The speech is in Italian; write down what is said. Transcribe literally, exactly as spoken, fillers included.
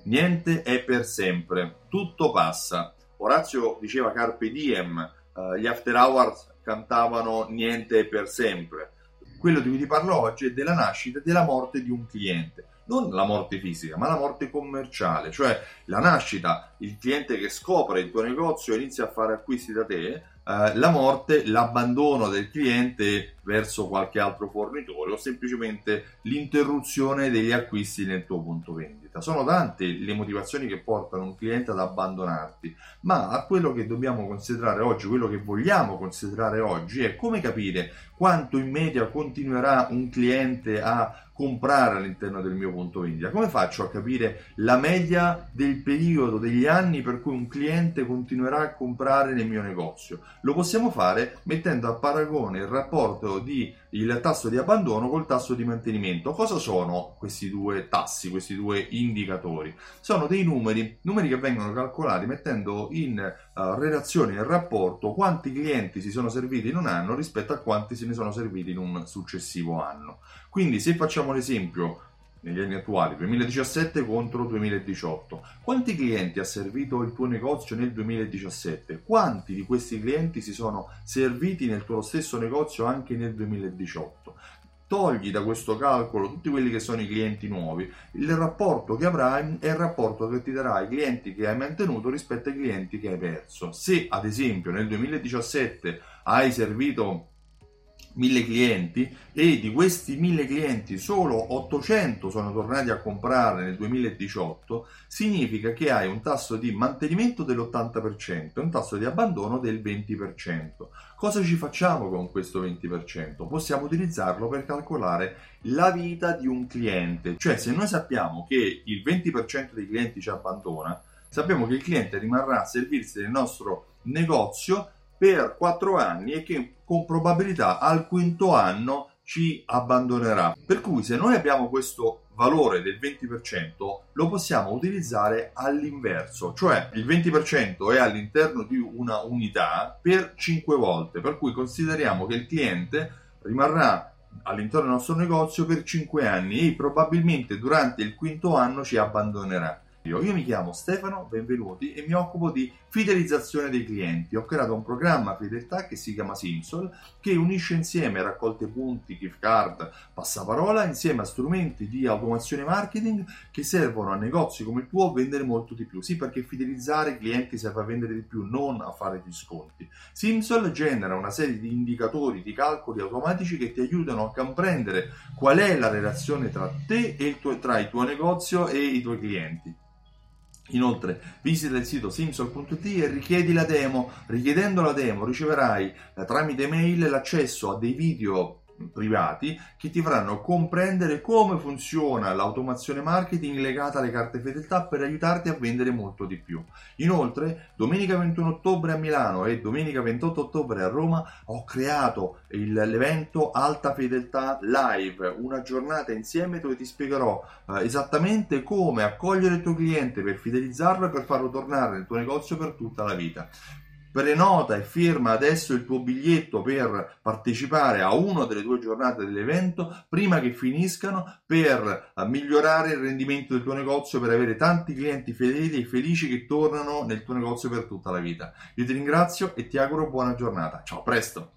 niente è per sempre, tutto passa. Orazio diceva Carpe Diem, uh, gli After Hours cantavano niente è per sempre. Quello di cui ti parlo oggi è della nascita e della morte di un cliente. Non la morte fisica, ma la morte commerciale, cioè la nascita, il cliente che scopre il tuo negozio e inizia a fare acquisti da te, eh, la morte, l'abbandono del cliente verso qualche altro fornitore o semplicemente l'interruzione degli acquisti nel tuo punto vendita. Sono tante le motivazioni che portano un cliente ad abbandonarti, ma a quello che dobbiamo considerare oggi, quello che vogliamo considerare oggi è come capire quanto in media continuerà un cliente a comprare all'interno del mio punto vendita. Come faccio a capire la media del periodo, degli anni per cui un cliente continuerà a comprare nel mio negozio? Lo possiamo fare mettendo a paragone il rapporto di il tasso di abbandono col tasso di mantenimento. Cosa sono questi due tassi, questi due indicatori? Sono dei numeri, numeri che vengono calcolati mettendo in uh, relazione, in rapporto, quanti clienti si sono serviti in un anno rispetto a quanti se ne sono serviti in un successivo anno. Quindi se facciamo l'esempio negli anni attuali, duemiladiciassette contro duemiladiciotto, quanti clienti ha servito il tuo negozio nel duemiladiciassette? Quanti di questi clienti si sono serviti nel tuo stesso negozio anche nel duemiladiciotto? Togli da questo calcolo tutti quelli che sono i clienti nuovi, il rapporto che avrai è il rapporto che ti darà i clienti che hai mantenuto rispetto ai clienti che hai perso. Se ad esempio nel duemiladiciassette hai servito mille clienti e di questi mille clienti solo ottocento sono tornati a comprare nel duemiladiciotto, significa che hai un tasso di mantenimento dell'ottanta per cento e un tasso di abbandono del venti per cento. Cosa ci facciamo con questo venti per cento? Possiamo utilizzarlo per calcolare la vita di un cliente, cioè se noi sappiamo che il venti per cento dei clienti ci abbandona, sappiamo che il cliente rimarrà a servirsi del nostro negozio per quattro anni e che con probabilità al quinto anno ci abbandonerà. Per cui se noi abbiamo questo valore del venti per cento lo possiamo utilizzare all'inverso, cioè il venti per cento è all'interno di una unità per cinque volte, per cui consideriamo che il cliente rimarrà all'interno del nostro negozio per cinque anni e probabilmente durante il quinto anno ci abbandonerà. Io mi chiamo Stefano, benvenuti, e mi occupo di fidelizzazione dei clienti. Ho creato un programma fedeltà che si chiama Simsol, che unisce insieme raccolte punti, gift card, passaparola, insieme a strumenti di automazione marketing che servono a negozi come il tuo a vendere molto di più. Sì, perché fidelizzare i clienti serve a vendere di più, non a fare gli sconti. Simsol genera una serie di indicatori, di calcoli automatici che ti aiutano a comprendere qual è la relazione tra te e il tuo, tra il tuo negozio e i tuoi clienti. Inoltre visita il sito simsol punto it e richiedi la demo. Richiedendo la demo riceverai eh, tramite mail l'accesso a dei video privati che ti faranno comprendere come funziona l'automazione marketing legata alle carte fedeltà per aiutarti a vendere molto di più. Inoltre, domenica ventuno ottobre a Milano e domenica ventotto ottobre a Roma ho creato il, l'evento Alta Fedeltà Live, una giornata insieme dove ti spiegherò eh, esattamente come accogliere il tuo cliente per fidelizzarlo e per farlo tornare nel tuo negozio per tutta la vita. Prenota e firma adesso il tuo biglietto per partecipare a una delle due giornate dell'evento prima che finiscano, per migliorare il rendimento del tuo negozio, per avere tanti clienti fedeli e felici che tornano nel tuo negozio per tutta la vita. Io ti ringrazio e ti auguro buona giornata. Ciao, a presto!